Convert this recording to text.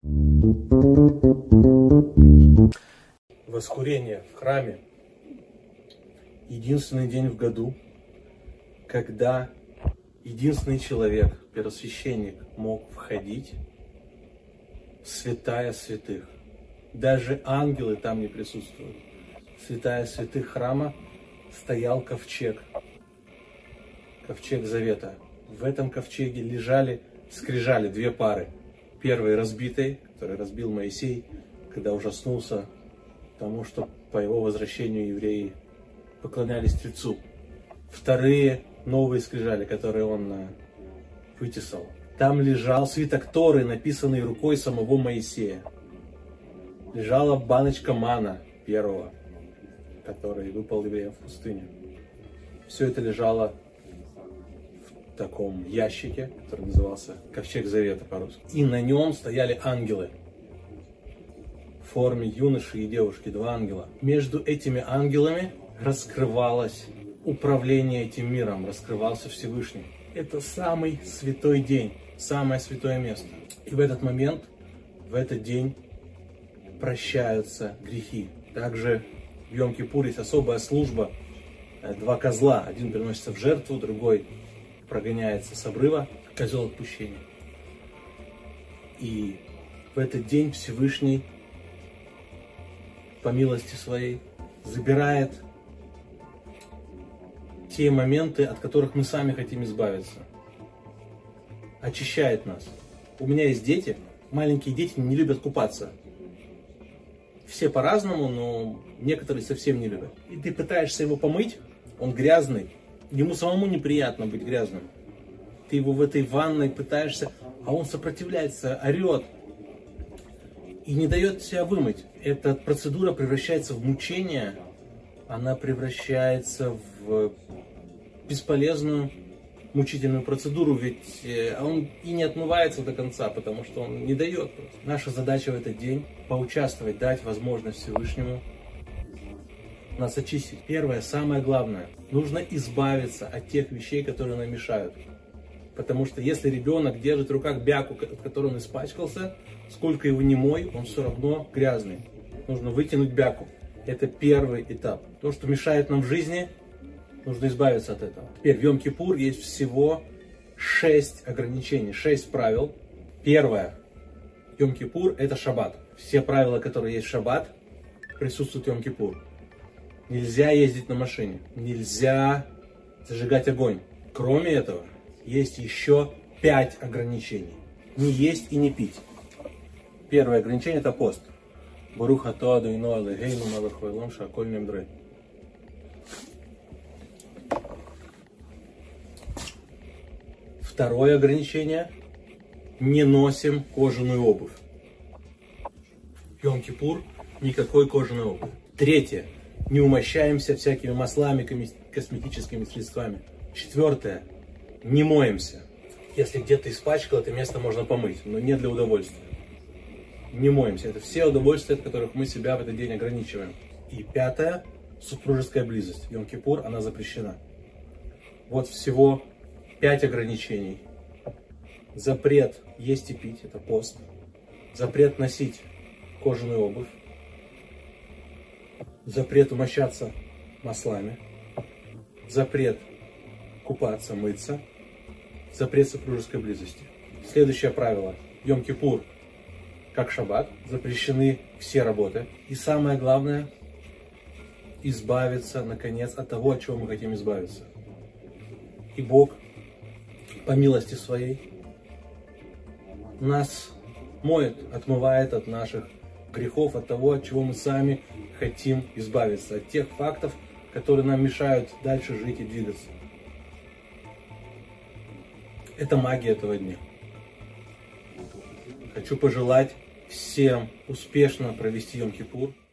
Воскурение в храме — единственный день в году, когда единственный человек, первосвященник, мог входить в святая святых. Даже ангелы там не присутствуют. Святая святых храма стоял ковчег, ковчег завета. В этом ковчеге лежали скрижали, две пары. Первый разбитый, который разбил Моисей, когда ужаснулся тому, что по его возвращению евреи поклонялись Тельцу. Вторые новые скрижали, которые он вытесал. Там лежал свиток Торы, написанный рукой самого Моисея. Лежала баночка мана первого, который выпал евреям в пустыне. Все это лежало в таком ящике, который назывался Ковчег Завета по-русски. И на нем стояли ангелы в форме юноши и девушки, два ангела. Между этими ангелами раскрывалось управление этим миром, раскрывался Всевышний. Это самый святой день, самое святое место. И в этот момент, в этот день прощаются грехи. Также в Йом-Кипур есть особая служба. Два козла, один приносится в жертву, другой прогоняется с обрыва, козел отпущения. И в этот день Всевышний, по милости своей, забирает те моменты, от которых мы сами хотим избавиться. Очищает нас. У меня есть дети, маленькие дети не любят купаться. Все по-разному, но некоторые совсем не любят. И ты пытаешься его помыть, он грязный, ему самому неприятно быть грязным. Ты его в этой ванной пытаешься, а он сопротивляется, орет и не дает себя вымыть. Эта процедура превращается в мучение, она превращается в бесполезную мучительную процедуру, ведь он и не отмывается до конца, потому что он не дает. Наша задача в этот день поучаствовать, дать возможность Всевышнему нас очистить. Первое, самое главное, нужно избавиться от тех вещей, которые нам мешают. Потому что если ребенок держит в руках бяку, от которой он испачкался, сколько его не мой, он все равно грязный. Нужно вытянуть бяку. Это первый этап. То, что мешает нам в жизни, нужно избавиться от этого. Теперь в Йом-Кипур есть всего 6 ограничений, 6 правил. Первое. Йом-Кипур — это шаббат. Все правила, которые есть в шаббат, присутствуют в Йом-Кипур. Нельзя ездить на машине, нельзя зажигать огонь. Кроме этого, есть еще 5 ограничений. Не есть и не пить. Первое ограничение — это пост. Барух ато Адонино Элохейну мелech хаолам шеаколь немдрей. Второе ограничение — не носим кожаную обувь. В Йом-Кипур никакой кожаной обуви. Третье — не умощаемся всякими маслами, косметическими средствами. Четвертое — не моемся. Если где-то испачкал, это место можно помыть, но не для удовольствия. Не моемся. Это все удовольствия, от которых мы себя в этот день ограничиваем. И пятое — супружеская близость. В Йом-Кипур она запрещена. Вот всего 5 ограничений. Запрет есть и пить, это пост. Запрет носить кожаную обувь. Запрет умощаться маслами. Запрет купаться, мыться. Запрет супружеской близости. Следующее правило. Йом-Кипур, как шаббат, запрещены все работы. И самое главное, избавиться, наконец, от того, от чего мы хотим избавиться. И Бог, по милости своей, нас моет, отмывает от наших грехов, от того, от чего мы сами хотим избавиться, от тех фактов, которые нам мешают дальше жить и двигаться. Это магия этого дня. Хочу пожелать всем успешно провести Йом-Кипур.